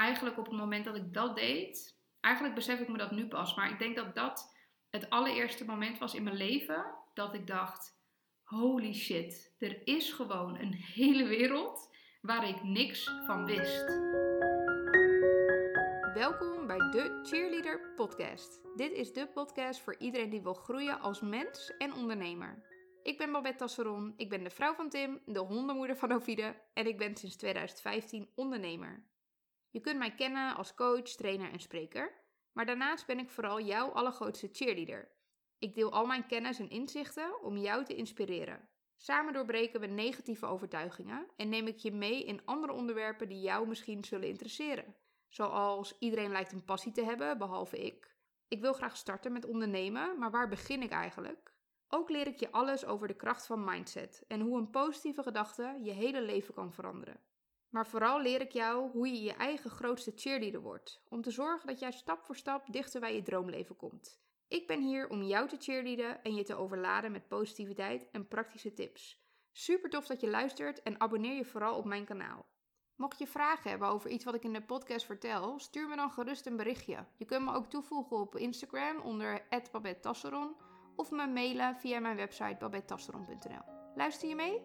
eigenlijk op het moment dat ik dat deed, eigenlijk besef ik me dat nu pas, maar ik denk dat dat het allereerste moment was in mijn leven dat ik dacht, holy shit, er is gewoon een hele wereld waar ik niks van wist. Welkom bij de Cheerleader Podcast. Dit is de podcast voor iedereen die wil groeien als mens en ondernemer. Ik ben Babette Tasseron, ik ben de vrouw van Tim, de hondenmoeder van Ovide en ik ben sinds 2015 ondernemer. Je kunt mij kennen als coach, trainer en spreker, maar daarnaast ben ik vooral jouw allergrootste cheerleader. Ik deel al mijn kennis en inzichten om jou te inspireren. Samen doorbreken we negatieve overtuigingen en neem ik je mee in andere onderwerpen die jou misschien zullen interesseren. Zoals iedereen lijkt een passie te hebben, behalve ik. Ik wil graag starten met ondernemen, maar waar begin ik eigenlijk? Ook leer ik je alles over de kracht van mindset en hoe een positieve gedachte je hele leven kan veranderen. Maar vooral leer ik jou hoe je je eigen grootste cheerleader wordt, om te zorgen dat jij stap voor stap dichter bij je droomleven komt. Ik ben hier om jou te cheerleaden en je te overladen met positiviteit en praktische tips. Super tof dat je luistert en abonneer je vooral op mijn kanaal. Mocht je vragen hebben over iets wat ik in de podcast vertel, stuur me dan gerust een berichtje. Je kunt me ook toevoegen op Instagram onder @babettetasseron of me mailen via mijn website babettetasseron.nl. Luister je mee?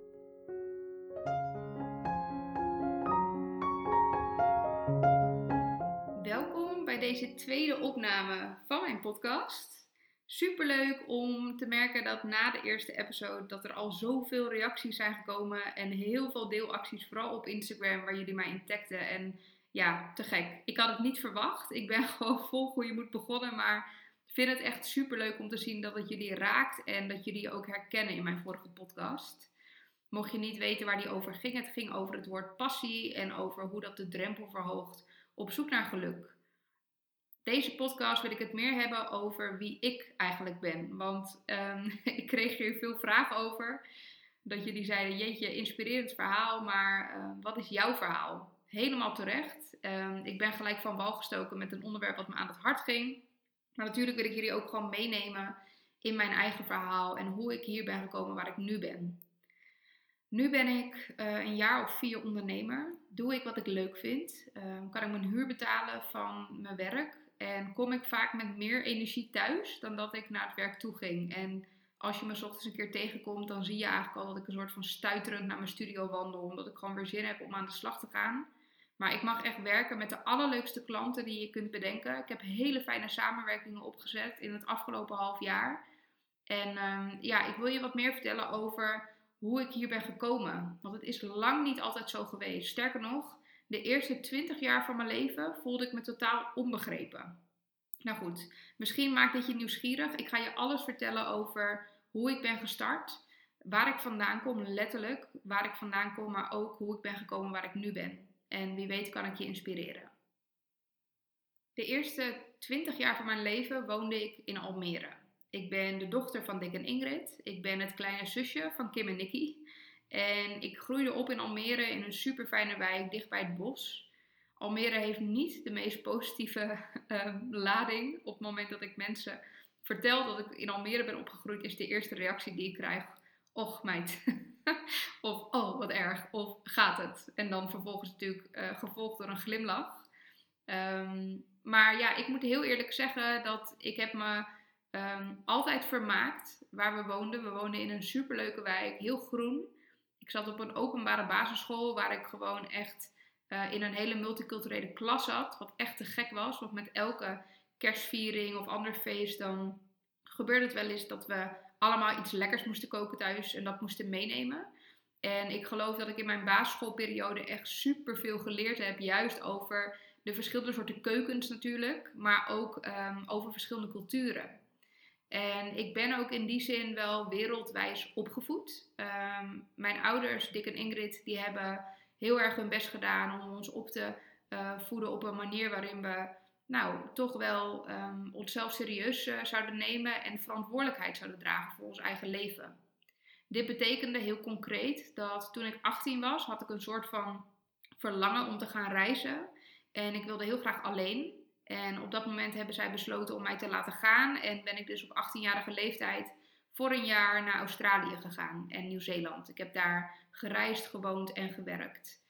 Welkom bij deze tweede opname van mijn podcast. Superleuk om te merken dat na de eerste episode dat er al zoveel reacties zijn gekomen en heel veel deelacties, vooral op Instagram waar jullie mij in tagden. En ja, te gek. Ik had het niet verwacht. Ik ben gewoon vol goede moed begonnen, maar ik vind het echt superleuk om te zien dat het jullie raakt en dat jullie je ook herkennen in mijn vorige podcast. Mocht je niet weten waar die over ging, het ging over het woord passie en over hoe dat de drempel verhoogt op zoek naar geluk. Deze podcast wil ik het meer hebben over wie ik eigenlijk ben. Want ik kreeg hier veel vragen over. Dat jullie zeiden, jeetje, inspirerend verhaal, maar wat is jouw verhaal? Helemaal terecht. Ik ben gelijk van wal gestoken met een onderwerp wat me aan het hart ging. Maar natuurlijk wil ik jullie ook gewoon meenemen in mijn eigen verhaal en hoe ik hier ben gekomen waar ik nu ben. Nu ben ik een jaar of 4 ondernemer. Doe ik wat ik leuk vind. Kan ik mijn huur betalen van mijn werk. En kom ik vaak met meer energie thuis dan dat ik naar het werk toe ging. En als je me 's ochtends een keer tegenkomt, dan zie je eigenlijk al dat ik een soort van stuiterend naar mijn studio wandel. Omdat ik gewoon weer zin heb om aan de slag te gaan. Maar ik mag echt werken met de allerleukste klanten die je kunt bedenken. Ik heb hele fijne samenwerkingen opgezet in het afgelopen half jaar. En ik wil je wat meer vertellen over hoe ik hier ben gekomen. Want het is lang niet altijd zo geweest. Sterker nog, de eerste 20 jaar van mijn leven voelde ik me totaal onbegrepen. Nou goed, misschien maakt dit je nieuwsgierig. Ik ga je alles vertellen over hoe ik ben gestart. Waar ik vandaan kom, letterlijk. Waar ik vandaan kom, maar ook hoe ik ben gekomen waar ik nu ben. En wie weet kan ik je inspireren. De eerste 20 jaar van mijn leven woonde ik in Almere. Ik ben de dochter van Dick en Ingrid. Ik ben het kleine zusje van Kim en Nicky. En ik groeide op in Almere in een super fijne wijk dicht bij het bos. Almere heeft niet de meest positieve lading. Op het moment dat ik mensen vertel dat ik in Almere ben opgegroeid, is de eerste reactie die ik krijg: och meid. Of oh wat erg. Of gaat het? En dan vervolgens natuurlijk gevolgd door een glimlach. Maar ja, ik moet heel eerlijk zeggen dat ik heb me altijd vermaakt waar we woonden. We woonden in een superleuke wijk, heel groen. Ik zat op een openbare basisschool waar ik gewoon echt in een hele multiculturele klas zat. Wat echt te gek was, want met elke kerstviering of ander feest dan gebeurde het wel eens dat we allemaal iets lekkers moesten koken thuis en dat moesten meenemen. En ik geloof dat ik in mijn basisschoolperiode echt superveel geleerd heb, juist over de verschillende soorten keukens natuurlijk, maar ook over verschillende culturen. En ik ben ook in die zin wel wereldwijs opgevoed. Mijn ouders, Dick en Ingrid, die hebben heel erg hun best gedaan om ons op te voeden op een manier waarin we toch wel onszelf serieus zouden nemen en verantwoordelijkheid zouden dragen voor ons eigen leven. Dit betekende heel concreet dat toen ik 18 was, had ik een soort van verlangen om te gaan reizen. En ik wilde heel graag alleen. En op dat moment hebben zij besloten om mij te laten gaan. En ben ik dus op 18-jarige leeftijd voor een jaar naar Australië gegaan en Nieuw-Zeeland. Ik heb daar gereisd, gewoond en gewerkt.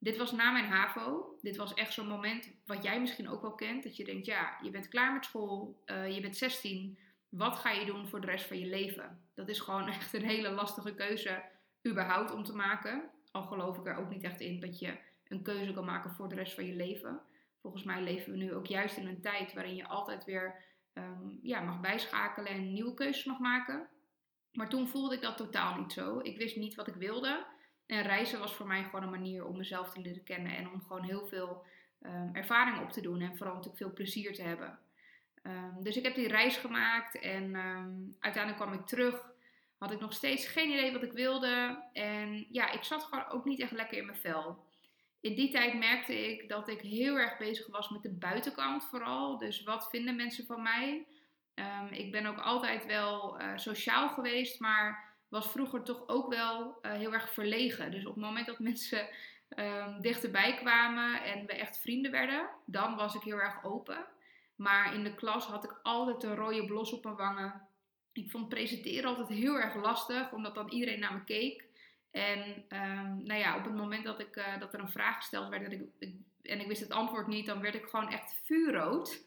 Dit was na mijn HAVO. Dit was echt zo'n moment wat jij misschien ook wel kent. Dat je denkt, ja, je bent klaar met school. Je bent 16. Wat ga je doen voor de rest van je leven? Dat is gewoon echt een hele lastige keuze überhaupt om te maken. Al geloof ik er ook niet echt in dat je een keuze kan maken voor de rest van je leven. Volgens mij leven we nu ook juist in een tijd waarin je altijd weer mag bijschakelen en nieuwe keuzes mag maken. Maar toen voelde ik dat totaal niet zo. Ik wist niet wat ik wilde. En reizen was voor mij gewoon een manier om mezelf te leren kennen. En om gewoon heel veel ervaring op te doen. En vooral natuurlijk veel plezier te hebben. Dus ik heb die reis gemaakt. En uiteindelijk kwam ik terug. Had ik nog steeds geen idee wat ik wilde. En ja, ik zat gewoon ook niet echt lekker in mijn vel. In die tijd merkte ik dat ik heel erg bezig was met de buitenkant vooral. Dus wat vinden mensen van mij? Ik ben ook altijd wel sociaal geweest, maar was vroeger toch ook wel heel erg verlegen. Dus op het moment dat mensen dichterbij kwamen en we echt vrienden werden, dan was ik heel erg open. Maar in de klas had ik altijd een rode blos op mijn wangen. Ik vond presenteren altijd heel erg lastig, omdat dan iedereen naar me keek. En op het moment dat er een vraag gesteld werd en ik wist het antwoord niet, dan werd ik gewoon echt vuurrood.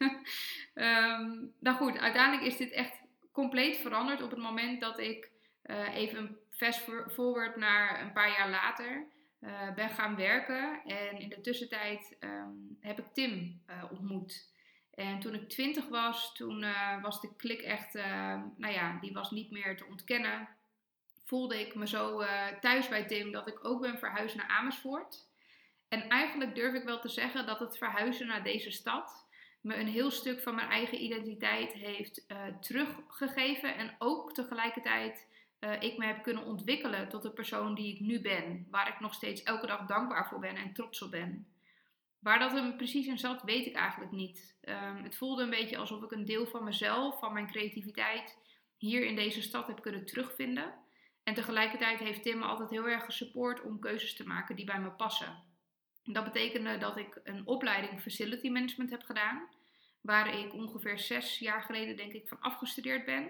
Nou goed, uiteindelijk is dit echt compleet veranderd op het moment dat ik even fast forward naar een paar jaar later ben gaan werken. En in de tussentijd heb ik Tim ontmoet. En toen ik 20 was, toen was de klik echt, die was niet meer te ontkennen. Voelde ik me zo thuis bij Tim dat ik ook ben verhuisd naar Amersfoort. En eigenlijk durf ik wel te zeggen dat het verhuizen naar deze stad me een heel stuk van mijn eigen identiteit heeft teruggegeven. En ook tegelijkertijd ik me heb kunnen ontwikkelen tot de persoon die ik nu ben. Waar ik nog steeds elke dag dankbaar voor ben en trots op ben. Waar dat hem precies in zat, weet ik eigenlijk niet. Het voelde een beetje alsof ik een deel van mezelf, van mijn creativiteit, hier in deze stad heb kunnen terugvinden. En tegelijkertijd heeft Tim me altijd heel erg gesupport om keuzes te maken die bij me passen. Dat betekende dat ik een opleiding Facility Management heb gedaan. Waar ik ongeveer 6 jaar geleden denk ik van afgestudeerd ben.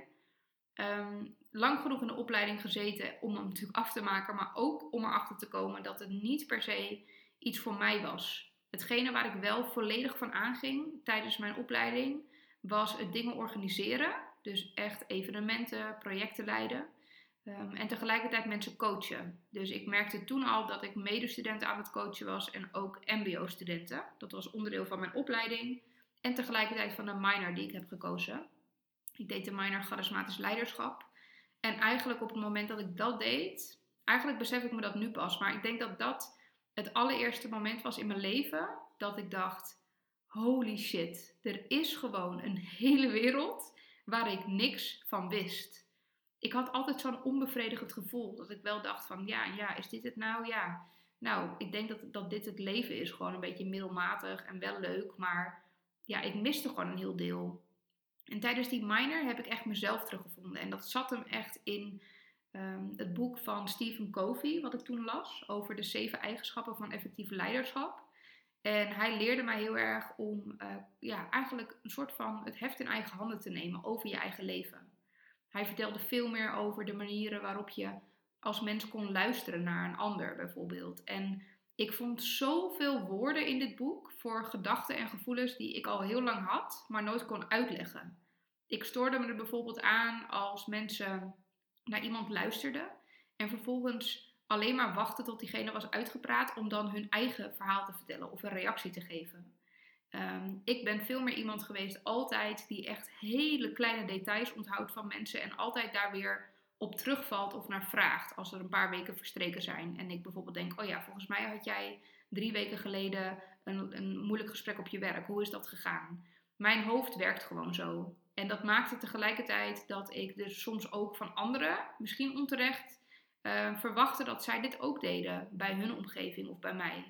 Lang genoeg in de opleiding gezeten om hem natuurlijk af te maken. Maar ook om erachter te komen dat het niet per se iets voor mij was. Hetgene waar ik wel volledig van aanging tijdens mijn opleiding was het dingen organiseren. Dus echt evenementen, projecten leiden. En tegelijkertijd mensen coachen. Dus ik merkte toen al dat ik medestudenten aan het coachen was en ook mbo-studenten. Dat was onderdeel van mijn opleiding. En tegelijkertijd van de minor die ik heb gekozen. Ik deed de minor charismatisch leiderschap. En eigenlijk op het moment dat ik dat deed, eigenlijk besef ik me dat nu pas. Maar ik denk dat dat het allereerste moment was in mijn leven dat ik dacht, holy shit, er is gewoon een hele wereld waar ik niks van wist. Ik had altijd zo'n onbevredigend gevoel. Dat ik wel dacht van, ja, is dit het nou? Ja, nou, ik denk dat dit het leven is. Gewoon een beetje middelmatig en wel leuk. Maar ja, ik miste gewoon een heel deel. En tijdens die minor heb ik echt mezelf teruggevonden. En dat zat hem echt in het boek van Stephen Covey, wat ik toen las. Over de 7 eigenschappen van effectief leiderschap. En hij leerde mij heel erg om eigenlijk een soort van het heft in eigen handen te nemen over je eigen leven. Hij vertelde veel meer over de manieren waarop je als mens kon luisteren naar een ander bijvoorbeeld. En ik vond zoveel woorden in dit boek voor gedachten en gevoelens die ik al heel lang had, maar nooit kon uitleggen. Ik stoorde me er bijvoorbeeld aan als mensen naar iemand luisterden en vervolgens alleen maar wachten tot diegene was uitgepraat om dan hun eigen verhaal te vertellen of een reactie te geven. Ik ben veel meer iemand geweest altijd die echt hele kleine details onthoudt van mensen en altijd daar weer op terugvalt of naar vraagt als er een paar weken verstreken zijn. En ik bijvoorbeeld denk, oh ja, volgens mij had jij 3 weken geleden een moeilijk gesprek op je werk. Hoe is dat gegaan? Mijn hoofd werkt gewoon zo. En dat maakte tegelijkertijd dat ik dus soms ook van anderen, misschien onterecht, verwachtte dat zij dit ook deden bij hun omgeving of bij mij.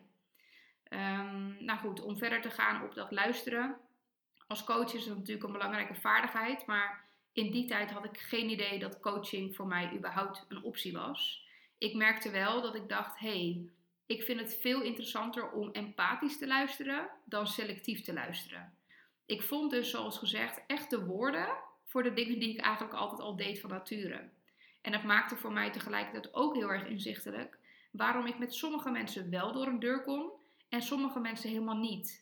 Nou goed, om verder te gaan op dat luisteren. Als coach is het natuurlijk een belangrijke vaardigheid, maar in die tijd had ik geen idee dat coaching voor mij überhaupt een optie was. Ik merkte wel dat ik dacht, ik vind het veel interessanter om empathisch te luisteren dan selectief te luisteren. Ik vond dus, zoals gezegd, echt de woorden voor de dingen die ik eigenlijk altijd al deed van nature. En dat maakte voor mij tegelijkertijd ook heel erg inzichtelijk waarom ik met sommige mensen wel door een deur kon en sommige mensen helemaal niet.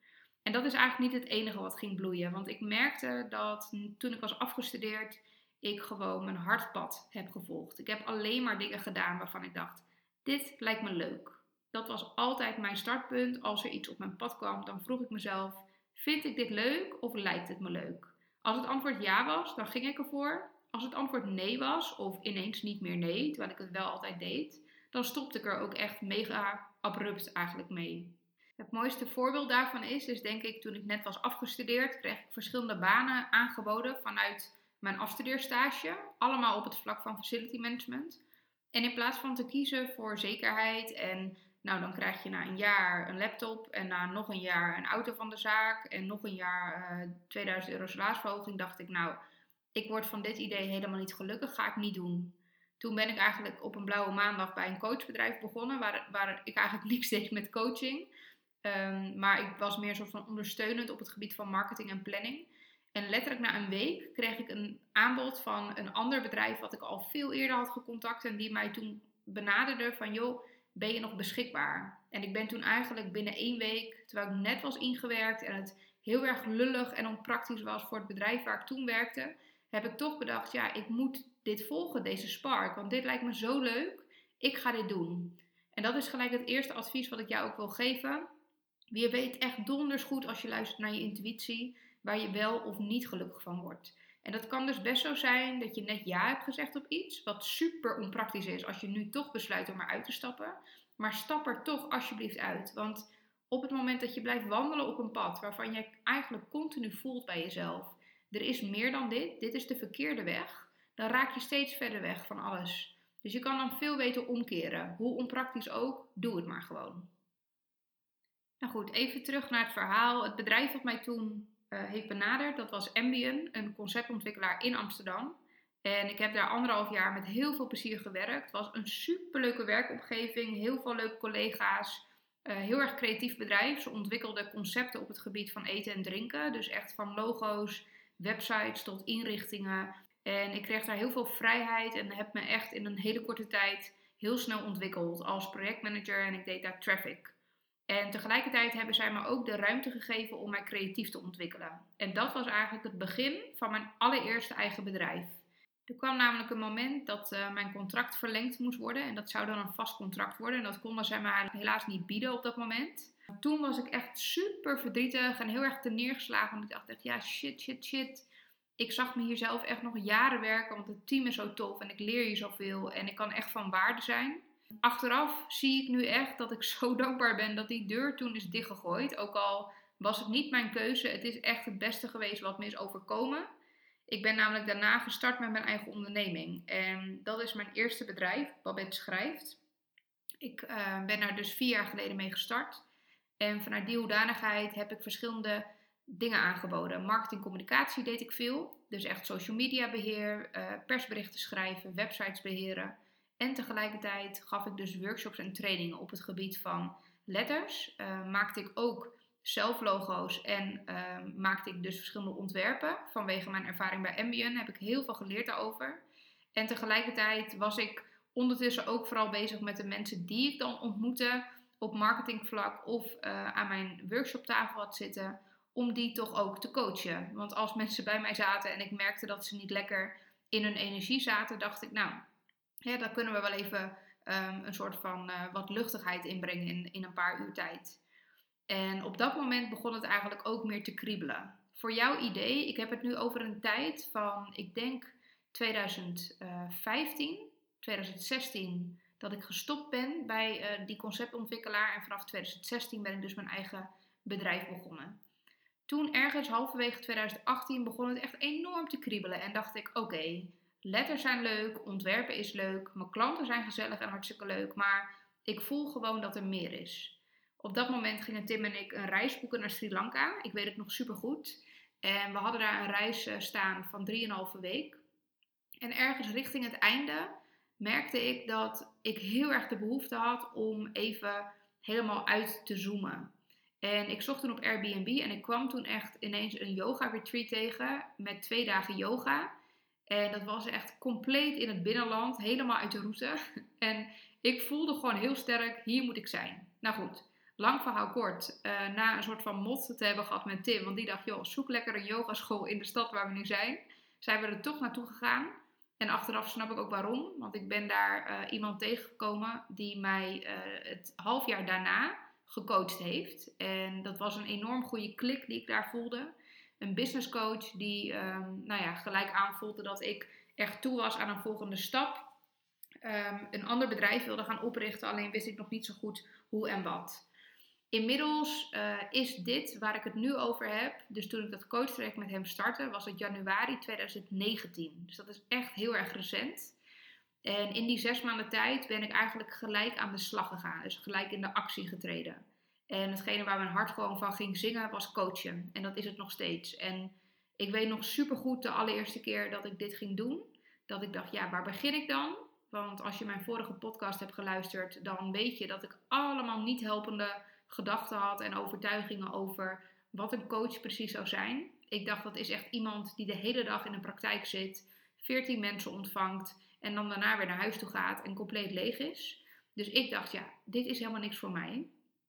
En dat is eigenlijk niet het enige wat ging bloeien. Want ik merkte dat toen ik was afgestudeerd, ik gewoon mijn hartpad heb gevolgd. Ik heb alleen maar dingen gedaan waarvan ik dacht, dit lijkt me leuk. Dat was altijd mijn startpunt. Als er iets op mijn pad kwam, dan vroeg ik mezelf, vind ik dit leuk of lijkt het me leuk? Als het antwoord ja was, dan ging ik ervoor. Als het antwoord nee was, of ineens niet meer nee, terwijl ik het wel altijd deed, dan stopte ik er ook echt mega abrupt eigenlijk mee. Het mooiste voorbeeld daarvan is denk ik toen ik net was afgestudeerd, kreeg ik verschillende banen aangeboden vanuit mijn afstudeerstage. Allemaal op het vlak van facility management. En in plaats van te kiezen voor zekerheid en nou dan krijg je na een jaar een laptop en na nog een jaar een auto van de zaak en nog een jaar €2000 salarisverhoging, dacht ik nou, ik word van dit idee helemaal niet gelukkig, ga ik niet doen. Toen ben ik eigenlijk op een blauwe maandag bij een coachbedrijf begonnen, waar ik eigenlijk niks deed met coaching. Maar ik was meer een soort van ondersteunend op het gebied van marketing en planning. En letterlijk na een week kreeg ik een aanbod van een ander bedrijf wat ik al veel eerder had gecontact. En die mij toen benaderde van joh, ben je nog beschikbaar? En ik ben toen eigenlijk binnen 1 week, terwijl ik net was ingewerkt en het heel erg lullig en onpraktisch was voor het bedrijf waar ik toen werkte, heb ik toch bedacht, ja, ik moet dit volgen, deze spark. Want dit lijkt me zo leuk, ik ga dit doen. En dat is gelijk het eerste advies wat ik jou ook wil geven. Je weet echt donders goed als je luistert naar je intuïtie waar je wel of niet gelukkig van wordt. En dat kan dus best zo zijn dat je net ja hebt gezegd op iets, wat super onpraktisch is als je nu toch besluit om eruit te stappen. Maar stap er toch alsjeblieft uit. Want op het moment dat je blijft wandelen op een pad waarvan je eigenlijk continu voelt bij jezelf, er is meer dan dit is de verkeerde weg, dan raak je steeds verder weg van alles. Dus je kan dan veel beter omkeren. Hoe onpraktisch ook, doe het maar gewoon. Nou goed, even terug naar het verhaal. Het bedrijf dat mij toen heeft benaderd, dat was Ambien, een conceptontwikkelaar in Amsterdam. En ik heb daar 1,5 jaar met heel veel plezier gewerkt. Het was een superleuke werkomgeving, heel veel leuke collega's. Heel erg creatief bedrijf. Ze ontwikkelden concepten op het gebied van eten en drinken. Dus echt van logo's, websites tot inrichtingen. En ik kreeg daar heel veel vrijheid en heb me echt in een hele korte tijd heel snel ontwikkeld als projectmanager en ik deed daar traffic. En tegelijkertijd hebben zij me ook de ruimte gegeven om mij creatief te ontwikkelen. En dat was eigenlijk het begin van mijn allereerste eigen bedrijf. Er kwam namelijk een moment dat mijn contract verlengd moest worden. En dat zou dan een vast contract worden. En dat konden zij me helaas niet bieden op dat moment. Toen was ik echt super verdrietig en heel erg neergeslagen. Want ik dacht echt, ja shit. Ik zag me hier zelf echt nog jaren werken. Want het team is zo tof en ik leer hier zoveel. En ik kan echt van waarde zijn. Achteraf zie ik nu echt dat ik zo dankbaar ben dat die deur toen is dichtgegooid. Ook al was het niet mijn keuze. Het is echt het beste geweest wat me is overkomen. Ik ben namelijk daarna gestart met mijn eigen onderneming. En dat is mijn eerste bedrijf, Babette Schrijft. Ik ben daar dus 4 jaar geleden mee gestart. En vanuit die hoedanigheid heb ik verschillende dingen aangeboden. Marketing, communicatie deed ik veel. Dus echt social media beheer, persberichten schrijven, websites beheren. En tegelijkertijd gaf ik dus workshops en trainingen op het gebied van letters. Maakte ik ook zelf logo's en maakte ik dus verschillende ontwerpen. Vanwege mijn ervaring bij Ambien heb ik heel veel geleerd daarover. En tegelijkertijd was ik ondertussen ook vooral bezig met de mensen die ik dan ontmoette op marketingvlak of aan mijn workshoptafel had zitten, om die toch ook te coachen. Want als mensen bij mij zaten en ik merkte dat ze niet lekker in hun energie zaten, dacht ik nou, ja, dan kunnen we wel even een soort van wat luchtigheid inbrengen in een paar uur tijd. En op dat moment begon het eigenlijk ook meer te kriebelen. Voor jouw idee, ik heb het nu over een tijd van, ik denk 2015, 2016, dat ik gestopt ben bij die conceptontwikkelaar. En vanaf 2016 ben ik dus mijn eigen bedrijf begonnen. Toen ergens halverwege 2018 begon het echt enorm te kriebelen. En dacht ik, oké, letters zijn leuk, ontwerpen is leuk, mijn klanten zijn gezellig en hartstikke leuk. Maar ik voel gewoon dat er meer is. Op dat moment gingen Tim en ik een reis boeken naar Sri Lanka. Ik weet het nog super goed. En we hadden daar een reis staan van 3,5 week. En ergens richting het einde merkte ik dat ik heel erg de behoefte had om even helemaal uit te zoomen. En ik zocht toen op Airbnb en ik kwam toen echt ineens een yoga retreat tegen met 2 dagen yoga. En dat was echt compleet in het binnenland, helemaal uit de route. En ik voelde gewoon heel sterk, hier moet ik zijn. Nou goed, lang verhaal kort. Na een soort van mot te hebben gehad met Tim, want die dacht, joh, zoek lekker een yogaschool in de stad waar we nu zijn we er toch naartoe gegaan. En achteraf snap ik ook waarom, want ik ben daar iemand tegengekomen die mij het halfjaar daarna gecoacht heeft. En dat was een enorm goede klik die ik daar voelde. Een business coach die gelijk aanvoelde dat ik echt toe was aan een volgende stap. Een ander bedrijf wilde gaan oprichten, alleen wist ik nog niet zo goed hoe en wat. Inmiddels is dit waar ik het nu over heb, dus toen ik dat coachtraject met hem startte, was het januari 2019. Dus dat is echt heel erg recent. En in die 6 maanden tijd ben ik eigenlijk gelijk aan de slag gegaan, dus gelijk in de actie getreden. En hetgene waar mijn hart gewoon van ging zingen was coachen. En dat is het nog steeds. En ik weet nog supergoed de allereerste keer dat ik dit ging doen, dat ik dacht, ja, waar begin ik dan? Want als je mijn vorige podcast hebt geluisterd, dan weet je dat ik allemaal niet helpende gedachten had en overtuigingen over wat een coach precies zou zijn. Ik dacht, dat is echt iemand die de hele dag in een praktijk zit, 14 mensen ontvangt en dan daarna weer naar huis toe gaat en compleet leeg is. Dus ik dacht, ja, dit is helemaal niks voor mij.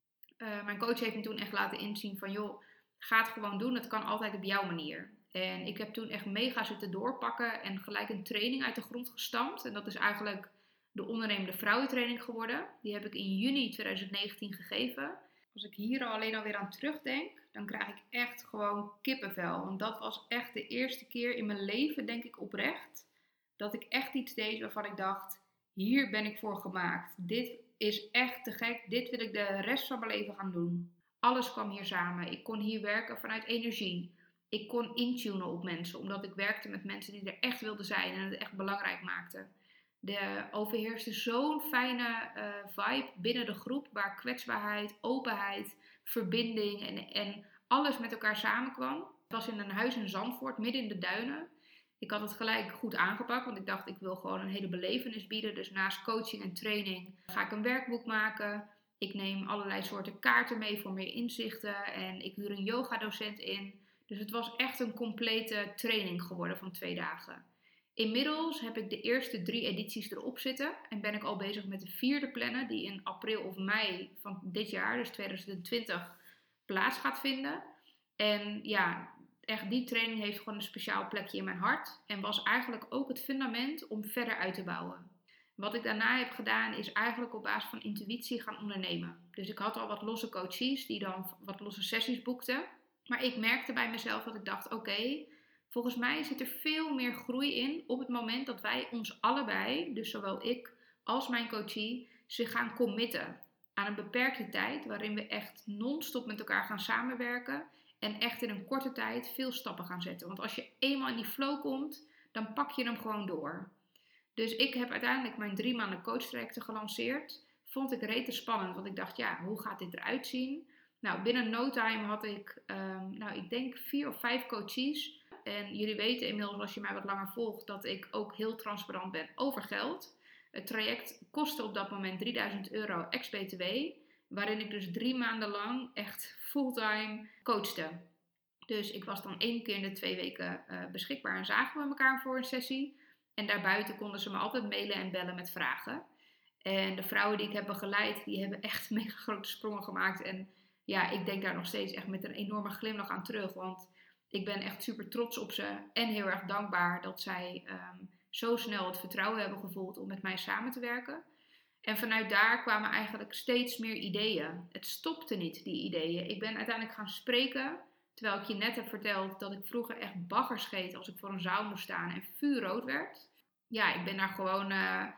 Mijn coach heeft me toen echt laten inzien van, joh, ga het gewoon doen. Het kan altijd op jouw manier. En ik heb toen echt mega zitten doorpakken en gelijk een training uit de grond gestampt. En dat is eigenlijk de ondernemende vrouwentraining geworden. Die heb ik in juni 2019 gegeven. Als ik hier alleen alweer aan terugdenk, dan krijg ik echt gewoon kippenvel. Want dat was echt de eerste keer in mijn leven, denk ik oprecht, dat ik echt iets deed waarvan ik dacht, hier ben ik voor gemaakt. Dit is echt te gek. Dit wil ik de rest van mijn leven gaan doen. Alles kwam hier samen. Ik kon hier werken vanuit energie. Ik kon intunen op mensen, omdat ik werkte met mensen die er echt wilden zijn en het echt belangrijk maakten. Er overheerste zo'n fijne vibe binnen de groep, waar kwetsbaarheid, openheid, verbinding en alles met elkaar samenkwam. Het was in een huis in Zandvoort, midden in de duinen. Ik had het gelijk goed aangepakt, want ik dacht, ik wil gewoon een hele belevenis bieden. Dus naast coaching en training ga ik een werkboek maken. Ik neem allerlei soorten kaarten mee voor meer inzichten en ik huur een yogadocent in. Dus het was echt een complete training geworden van 2 dagen. Inmiddels heb ik de eerste 3 edities erop zitten en ben ik al bezig met de 4e plannen die in april of mei van dit jaar, dus 2020, plaats gaat vinden. En ja, echt die training heeft gewoon een speciaal plekje in mijn hart en was eigenlijk ook het fundament om verder uit te bouwen. Wat ik daarna heb gedaan is eigenlijk op basis van intuïtie gaan ondernemen. Dus ik had al wat losse coaches die dan wat losse sessies boekten. Maar ik merkte bij mezelf dat ik dacht, oké, volgens mij zit er veel meer groei in op het moment dat wij ons allebei, dus zowel ik als mijn coachie, zich gaan committen aan een beperkte tijd waarin we echt non-stop met elkaar gaan samenwerken en echt in een korte tijd veel stappen gaan zetten. Want als je eenmaal in die flow komt, dan pak je hem gewoon door. Dus ik heb uiteindelijk mijn 3 maanden coachtrajecten gelanceerd. Vond ik rete spannend, want ik dacht, ja, hoe gaat dit eruit zien? Nou, binnen no time had ik, ik denk 4 of 5 coaches. En jullie weten inmiddels, als je mij wat langer volgt, dat ik ook heel transparant ben over geld. Het traject kostte op dat moment €3000 ex-BTW, waarin ik dus 3 maanden lang echt fulltime coachte. Dus ik was dan 1 keer in de 2 weken beschikbaar en zagen we elkaar voor een sessie. En daarbuiten konden ze me altijd mailen en bellen met vragen. En de vrouwen die ik heb begeleid, die hebben echt mega grote sprongen gemaakt. En ja, ik denk daar nog steeds echt met een enorme glimlach aan terug. Want ik ben echt super trots op ze en heel erg dankbaar dat zij zo snel het vertrouwen hebben gevoeld om met mij samen te werken. En vanuit daar kwamen eigenlijk steeds meer ideeën. Het stopte niet, die ideeën. Ik ben uiteindelijk gaan spreken, terwijl ik je net heb verteld dat ik vroeger echt bagger scheet als ik voor een zaal moest staan en vuurrood werd. Ja, ik ben daar gewoon...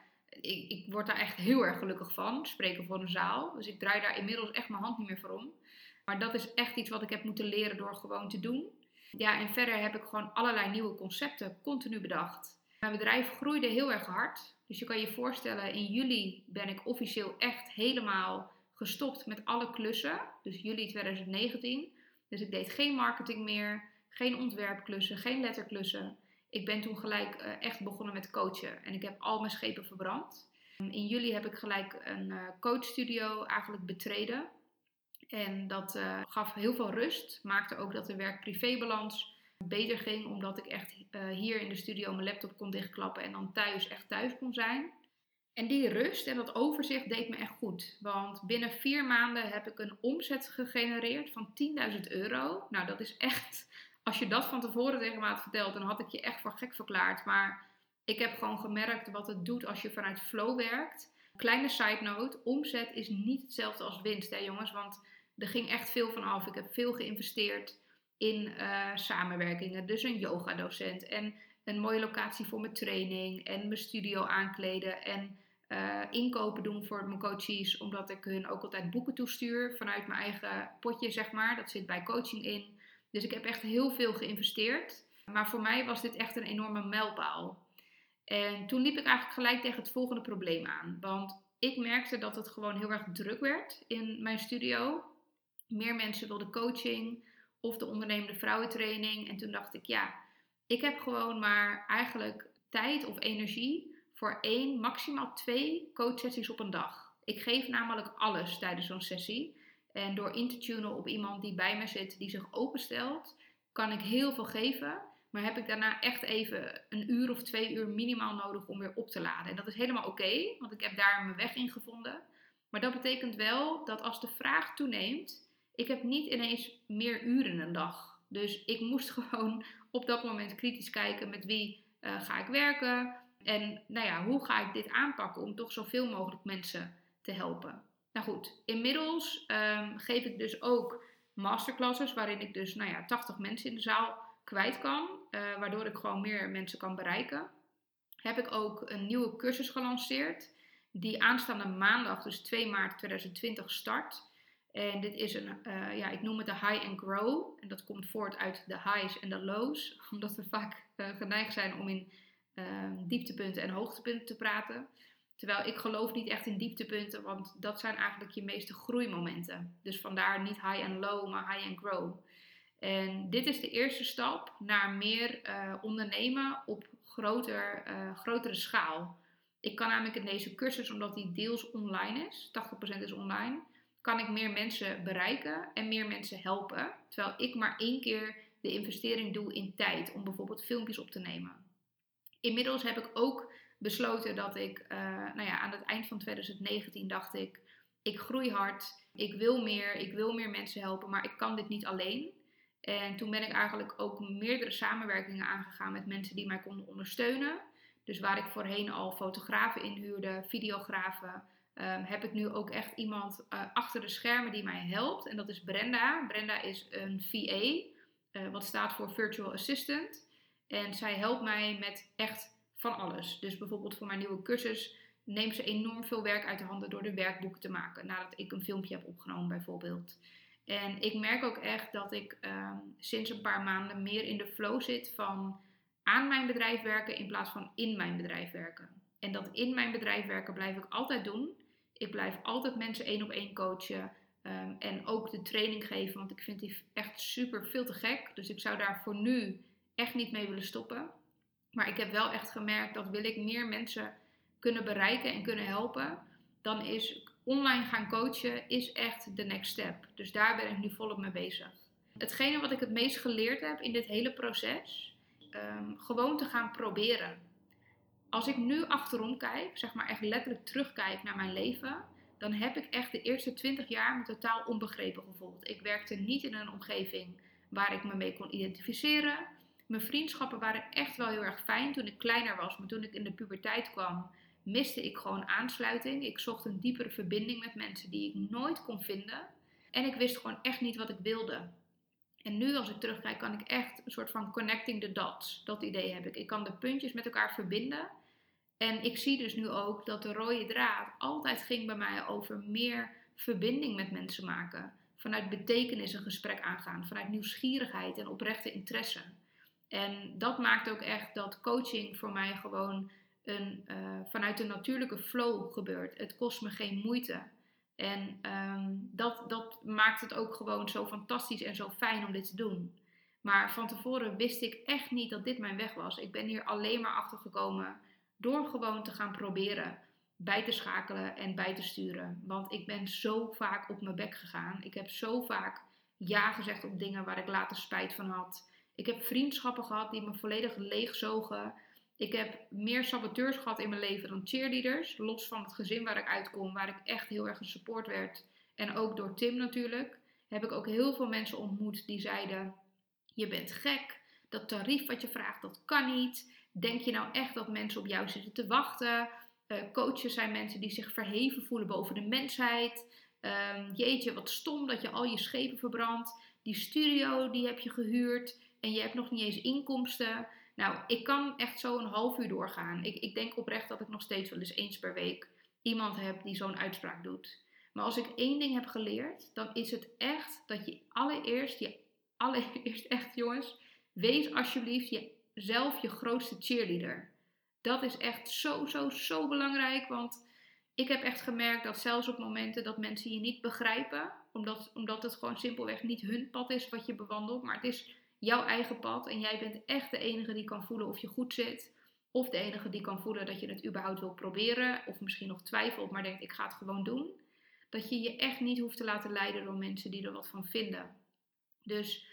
Ik word daar echt heel erg gelukkig van, spreken voor een zaal. Dus ik draai daar inmiddels echt mijn hand niet meer voor om. Maar dat is echt iets wat ik heb moeten leren door gewoon te doen. Ja, en verder heb ik gewoon allerlei nieuwe concepten continu bedacht. Mijn bedrijf groeide heel erg hard. Dus je kan je voorstellen, in juli ben ik officieel echt helemaal gestopt met alle klussen. Dus juli 2019. Dus ik deed geen marketing meer, geen ontwerpklussen, geen letterklussen. Ik ben toen gelijk echt begonnen met coachen. En ik heb al mijn schepen verbrand. In juli heb ik gelijk een coachstudio eigenlijk betreden. En dat gaf heel veel rust. Maakte ook dat de werk-privébalans beter ging. Omdat ik echt hier in de studio mijn laptop kon dichtklappen. En dan thuis echt thuis kon zijn. En die rust en dat overzicht deed me echt goed. Want binnen 4 maanden heb ik een omzet gegenereerd van €10.000. Nou, dat is echt... Als je dat van tevoren tegen me had verteld, dan had ik je echt voor gek verklaard. Maar ik heb gewoon gemerkt wat het doet als je vanuit flow werkt. Kleine side note, omzet is niet hetzelfde als winst, hè jongens. Want er ging echt veel van af. Ik heb veel geïnvesteerd in samenwerkingen. Dus een yogadocent en een mooie locatie voor mijn training en mijn studio aankleden en inkopen doen voor mijn coaches, omdat ik hun ook altijd boeken toestuur vanuit mijn eigen potje, zeg maar. Dat zit bij coaching in. Dus ik heb echt heel veel geïnvesteerd. Maar voor mij was dit echt een enorme mijlpaal. En toen liep ik eigenlijk gelijk tegen het volgende probleem aan. Want ik merkte dat het gewoon heel erg druk werd in mijn studio. Meer mensen wilden coaching of de ondernemende vrouwentraining. En toen dacht ik, ja, ik heb gewoon maar eigenlijk tijd of energie voor 1, maximaal 2 coachsessies op een dag. Ik geef namelijk alles tijdens zo'n sessie. En door in te tunen op iemand die bij me zit, die zich openstelt, kan ik heel veel geven. Maar heb ik daarna echt even 1 uur of 2 uur minimaal nodig om weer op te laden. En dat is helemaal oké, want ik heb daar mijn weg in gevonden. Maar dat betekent wel dat als de vraag toeneemt, ik heb niet ineens meer uren een dag. Dus ik moest gewoon op dat moment kritisch kijken met wie ga ik werken. En nou ja, hoe ga ik dit aanpakken om toch zoveel mogelijk mensen te helpen. Nou goed, inmiddels geef ik dus ook masterclasses waarin ik dus 80 mensen in de zaal kwijt kan. Waardoor ik gewoon meer mensen kan bereiken. Heb ik ook een nieuwe cursus gelanceerd. Die aanstaande maandag, dus 2 maart 2020 start. En dit is ik noem het de High and Grow. En dat komt voort uit de highs en de lows. Omdat we vaak geneigd zijn om in dieptepunten en hoogtepunten te praten. Terwijl ik geloof niet echt in dieptepunten, want dat zijn eigenlijk je meeste groeimomenten. Dus vandaar niet high and low, maar high and grow. En dit is de eerste stap naar meer ondernemen op grotere schaal. Ik kan namelijk in deze cursus, omdat die deels online is, 80% is online, kan ik meer mensen bereiken en meer mensen helpen. Terwijl ik maar 1 keer de investering doe in tijd om bijvoorbeeld filmpjes op te nemen. Inmiddels heb ik ook besloten dat ik aan het eind van 2019 dacht ik groei hard, ik wil meer mensen helpen, maar ik kan dit niet alleen. En toen ben ik eigenlijk ook meerdere samenwerkingen aangegaan met mensen die mij konden ondersteunen. Dus waar ik voorheen al fotografen inhuurde, videografen, heb ik nu ook echt iemand achter de schermen die mij helpt. En dat is Brenda. Brenda is een VA, wat staat voor Virtual Assistant. En zij helpt mij met echt van alles. Dus bijvoorbeeld voor mijn nieuwe cursus neemt ze enorm veel werk uit de handen door de werkboeken te maken. Nadat ik een filmpje heb opgenomen bijvoorbeeld. En ik merk ook echt dat ik sinds een paar maanden meer in de flow zit van aan mijn bedrijf werken in plaats van in mijn bedrijf werken. En dat in mijn bedrijf werken blijf ik altijd doen. Ik blijf altijd mensen 1-op-1 coachen. En ook de training geven, want ik vind die echt super veel te gek. Dus ik zou daar voor nu echt niet mee willen stoppen. Maar ik heb wel echt gemerkt dat wil ik meer mensen kunnen bereiken en kunnen helpen, dan is online gaan coachen is echt de next step. Dus daar ben ik nu volop mee bezig. Hetgene wat ik het meest geleerd heb in dit hele proces, gewoon te gaan proberen. Als ik nu achterom kijk, zeg maar echt letterlijk terugkijk naar mijn leven, dan heb ik echt de eerste 20 jaar me totaal onbegrepen gevoeld. Ik werkte niet in een omgeving waar ik me mee kon identificeren. Mijn vriendschappen waren echt wel heel erg fijn toen ik kleiner was, maar toen ik in de puberteit kwam, miste ik gewoon aansluiting. Ik zocht een diepere verbinding met mensen die ik nooit kon vinden. En ik wist gewoon echt niet wat ik wilde. En nu als ik terugkijk kan ik echt een soort van connecting the dots. Dat idee heb ik. Ik kan de puntjes met elkaar verbinden. En ik zie dus nu ook dat de rode draad altijd ging bij mij over meer verbinding met mensen maken. Vanuit betekenis een gesprek aangaan. Vanuit nieuwsgierigheid en oprechte interesse. En dat maakt ook echt dat coaching voor mij gewoon vanuit een natuurlijke flow gebeurt. Het kost me geen moeite. En dat maakt het ook gewoon zo fantastisch en zo fijn om dit te doen. Maar van tevoren wist ik echt niet dat dit mijn weg was. Ik ben hier alleen maar achter gekomen door gewoon te gaan proberen bij te schakelen en bij te sturen. Want ik ben zo vaak op mijn bek gegaan. Ik heb zo vaak ja gezegd op dingen waar ik later spijt van had. Ik heb vriendschappen gehad die me volledig leegzogen. Ik heb meer saboteurs gehad in mijn leven dan cheerleaders. Los van het gezin waar ik uitkom, waar ik echt heel erg gesupport werd. En ook door Tim natuurlijk. Heb ik ook heel veel mensen ontmoet die zeiden: je bent gek, dat tarief wat je vraagt, dat kan niet. Denk je nou echt dat mensen op jou zitten te wachten? Coaches zijn mensen die zich verheven voelen boven de mensheid. Jeetje, wat stom dat je al je schepen verbrandt. Die studio die heb je gehuurd en je hebt nog niet eens inkomsten. Nou, ik kan echt zo een half uur doorgaan. Ik denk oprecht dat ik nog steeds wel eens per week iemand heb die zo'n uitspraak doet. Maar als ik één ding heb geleerd, dan is het echt dat je allereerst echt jongens, wees alsjeblieft zelf je grootste cheerleader. Dat is echt zo belangrijk, want ik heb echt gemerkt dat zelfs op momenten dat mensen je niet begrijpen, omdat het gewoon simpelweg niet hun pad is wat je bewandelt, maar het is jouw eigen pad en jij bent echt de enige die kan voelen of je goed zit. Of de enige die kan voelen dat je het überhaupt wil proberen. Of misschien nog twijfelt, maar denkt ik ga het gewoon doen. Dat je je echt niet hoeft te laten leiden door mensen die er wat van vinden. Dus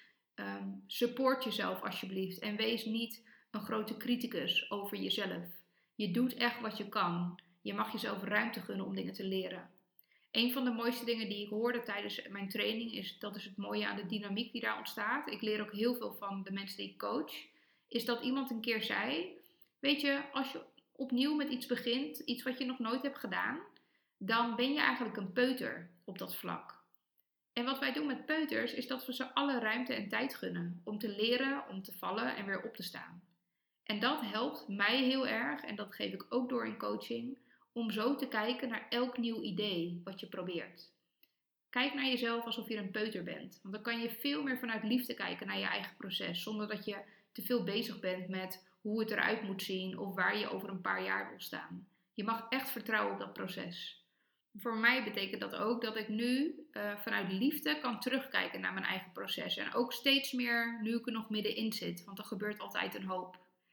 support jezelf alsjeblieft. En wees niet een grote criticus over jezelf. Je doet echt wat je kan. Je mag jezelf ruimte gunnen om dingen te leren. Een van de mooiste dingen die ik hoorde tijdens mijn training dat is het mooie aan de dynamiek die daar ontstaat. Ik leer ook heel veel van de mensen die ik coach. Is dat iemand een keer zei: weet je, als je opnieuw met iets begint, iets wat je nog nooit hebt gedaan, dan ben je eigenlijk een peuter op dat vlak. En wat wij doen met peuters is dat we ze alle ruimte en tijd gunnen om te leren, om te vallen en weer op te staan. En dat helpt mij heel erg, en dat geef ik ook door in coaching, om zo te kijken naar elk nieuw idee wat je probeert. Kijk naar jezelf alsof je een peuter bent. Want dan kan je veel meer vanuit liefde kijken naar je eigen proces. Zonder dat je te veel bezig bent met hoe het eruit moet zien of waar je over een paar jaar wil staan. Je mag echt vertrouwen op dat proces. Voor mij betekent dat ook dat ik nu vanuit liefde kan terugkijken naar mijn eigen proces. En ook steeds meer nu ik er nog middenin zit. Want er gebeurt altijd een hoop.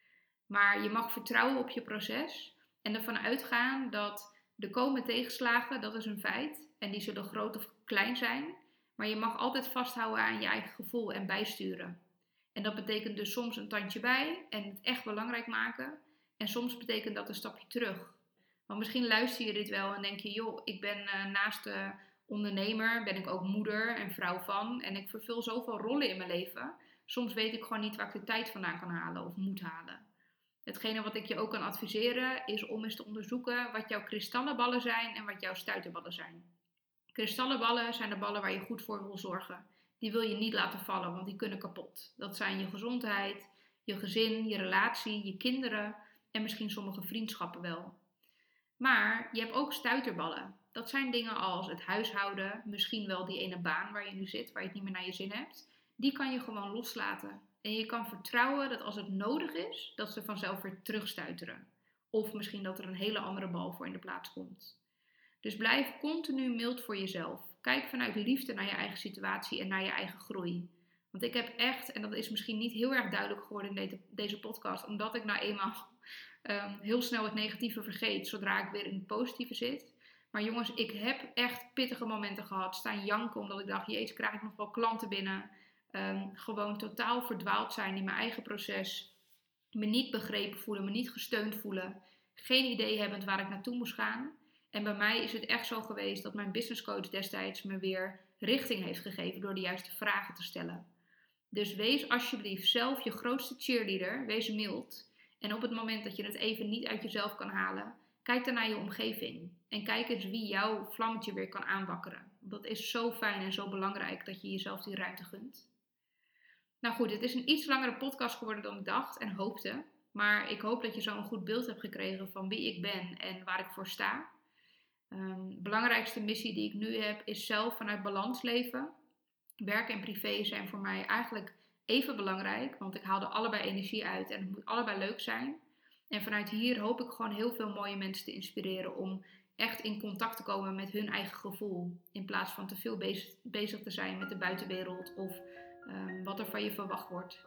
Maar je mag vertrouwen op je proces. En ervan uitgaan dat er komen tegenslagen, dat is een feit. En die zullen groot of klein zijn. Maar je mag altijd vasthouden aan je eigen gevoel en bijsturen. En dat betekent dus soms een tandje bij en het echt belangrijk maken. En soms betekent dat een stapje terug. Want misschien luister je dit wel en denk je: joh, ik ben naast de ondernemer, ben ik ook moeder en vrouw van. En ik vervul zoveel rollen in mijn leven. Soms weet ik gewoon niet waar ik de tijd vandaan kan halen of moet halen. Hetgene wat ik je ook kan adviseren is om eens te onderzoeken wat jouw kristallenballen zijn en wat jouw stuiterballen zijn. Kristallenballen zijn de ballen waar je goed voor wil zorgen. Die wil je niet laten vallen, want die kunnen kapot. Dat zijn je gezondheid, je gezin, je relatie, je kinderen en misschien sommige vriendschappen wel. Maar je hebt ook stuiterballen. Dat zijn dingen als het huishouden, misschien wel die ene baan waar je nu zit, waar je het niet meer naar je zin hebt. Die kan je gewoon loslaten. En je kan vertrouwen dat als het nodig is, dat ze vanzelf weer terugstuiteren. Of misschien dat er een hele andere bal voor in de plaats komt. Dus blijf continu mild voor jezelf. Kijk vanuit liefde naar je eigen situatie en naar je eigen groei. Want ik heb echt, en dat is misschien niet heel erg duidelijk geworden in deze podcast, omdat ik nou eenmaal heel snel het negatieve vergeet zodra ik weer in het positieve zit. Maar jongens, ik heb echt pittige momenten gehad. Staan janken omdat ik dacht: jezus, krijg ik nog wel klanten binnen? Gewoon totaal verdwaald zijn in mijn eigen proces. Me niet begrepen voelen, me niet gesteund voelen. Geen idee hebbend waar ik naartoe moest gaan. En bij mij is het echt zo geweest dat mijn businesscoach destijds me weer richting heeft gegeven door de juiste vragen te stellen. Dus wees alsjeblieft zelf je grootste cheerleader. Wees mild. En op het moment dat je het even niet uit jezelf kan halen, kijk dan naar je omgeving. En kijk eens wie jouw vlammetje weer kan aanwakkeren. Dat is zo fijn en zo belangrijk dat je jezelf die ruimte gunt. Nou goed, het is een iets langere podcast geworden dan ik dacht en hoopte. Maar ik hoop dat je zo een goed beeld hebt gekregen van wie ik ben en waar ik voor sta. De belangrijkste missie die ik nu heb is zelf vanuit balans leven. Werk en privé zijn voor mij eigenlijk even belangrijk, want ik haal er allebei energie uit en het moet allebei leuk zijn. En vanuit hier hoop ik gewoon heel veel mooie mensen te inspireren om echt in contact te komen met hun eigen gevoel. In plaats van te veel bezig te zijn met de buitenwereld of wat er van je verwacht wordt.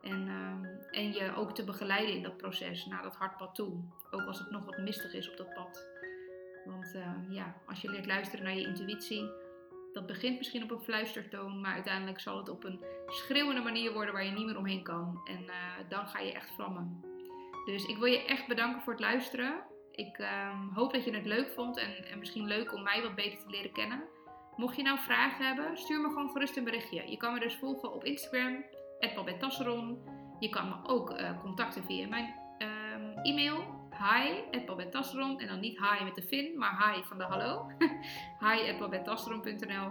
En je ook te begeleiden in dat proces naar dat hartpad toe. Ook als het nog wat mistig is op dat pad. Want als je leert luisteren naar je intuïtie, dat begint misschien op een fluistertoon, maar uiteindelijk zal het op een schreeuwende manier worden waar je niet meer omheen kan. En dan ga je echt vlammen. Dus ik wil je echt bedanken voor het luisteren. Ik hoop dat je het leuk vond en misschien leuk om mij wat beter te leren kennen. Mocht je nou vragen hebben, stuur me gewoon gerust een berichtje. Je kan me dus volgen op Instagram, @babettasseron. Je kan me ook contacten via mijn e-mail, hi@babettasseron. En dan niet hi met de Fin, maar hi van de hallo. hi@babettasseron.nl.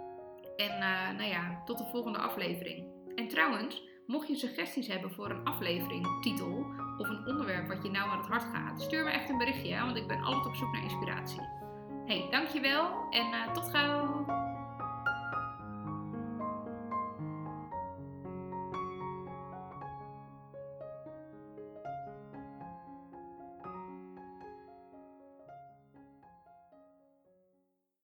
En tot de volgende aflevering. En trouwens, mocht je suggesties hebben voor een aflevering, titel of een onderwerp wat je nou aan het hart gaat, stuur me echt een berichtje, want ik ben altijd op zoek naar inspiratie. Hey, dankjewel en tot gauw!